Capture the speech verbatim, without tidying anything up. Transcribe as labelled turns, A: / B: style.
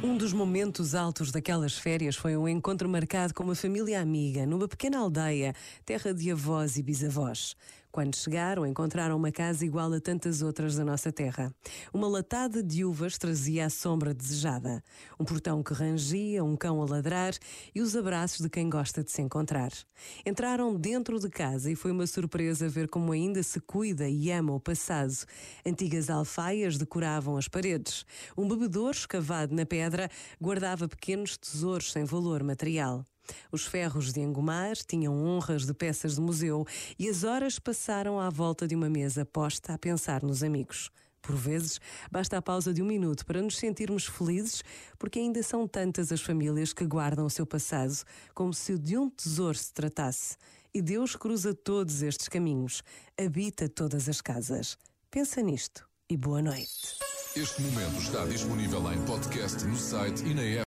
A: Um dos momentos altos daquelas férias foi um encontro marcado com uma família amiga numa pequena aldeia, terra de avós e bisavós. Quando chegaram, encontraram uma casa igual a tantas outras da nossa terra. Uma latada de uvas trazia a sombra desejada, um portão que rangia, um cão a ladrar e os abraços de quem gosta de se encontrar. Entraram dentro de casa e foi uma surpresa ver como ainda se cuida e ama o passado. Antigas alfaias decoravam as paredes. Um bebedouro escavado na pedra guardava pequenos tesouros sem valor material. Os ferros de engomar tinham honras de peças de museu e as horas passaram à volta de uma mesa posta a pensar nos amigos. Por vezes, basta a pausa de um minuto para nos sentirmos felizes, porque ainda são tantas as famílias que guardam o seu passado como se de um tesouro se tratasse. E Deus cruza todos estes caminhos, habita todas as casas. Pensa nisto e boa noite.
B: Este momento está disponível em podcast no site e na app.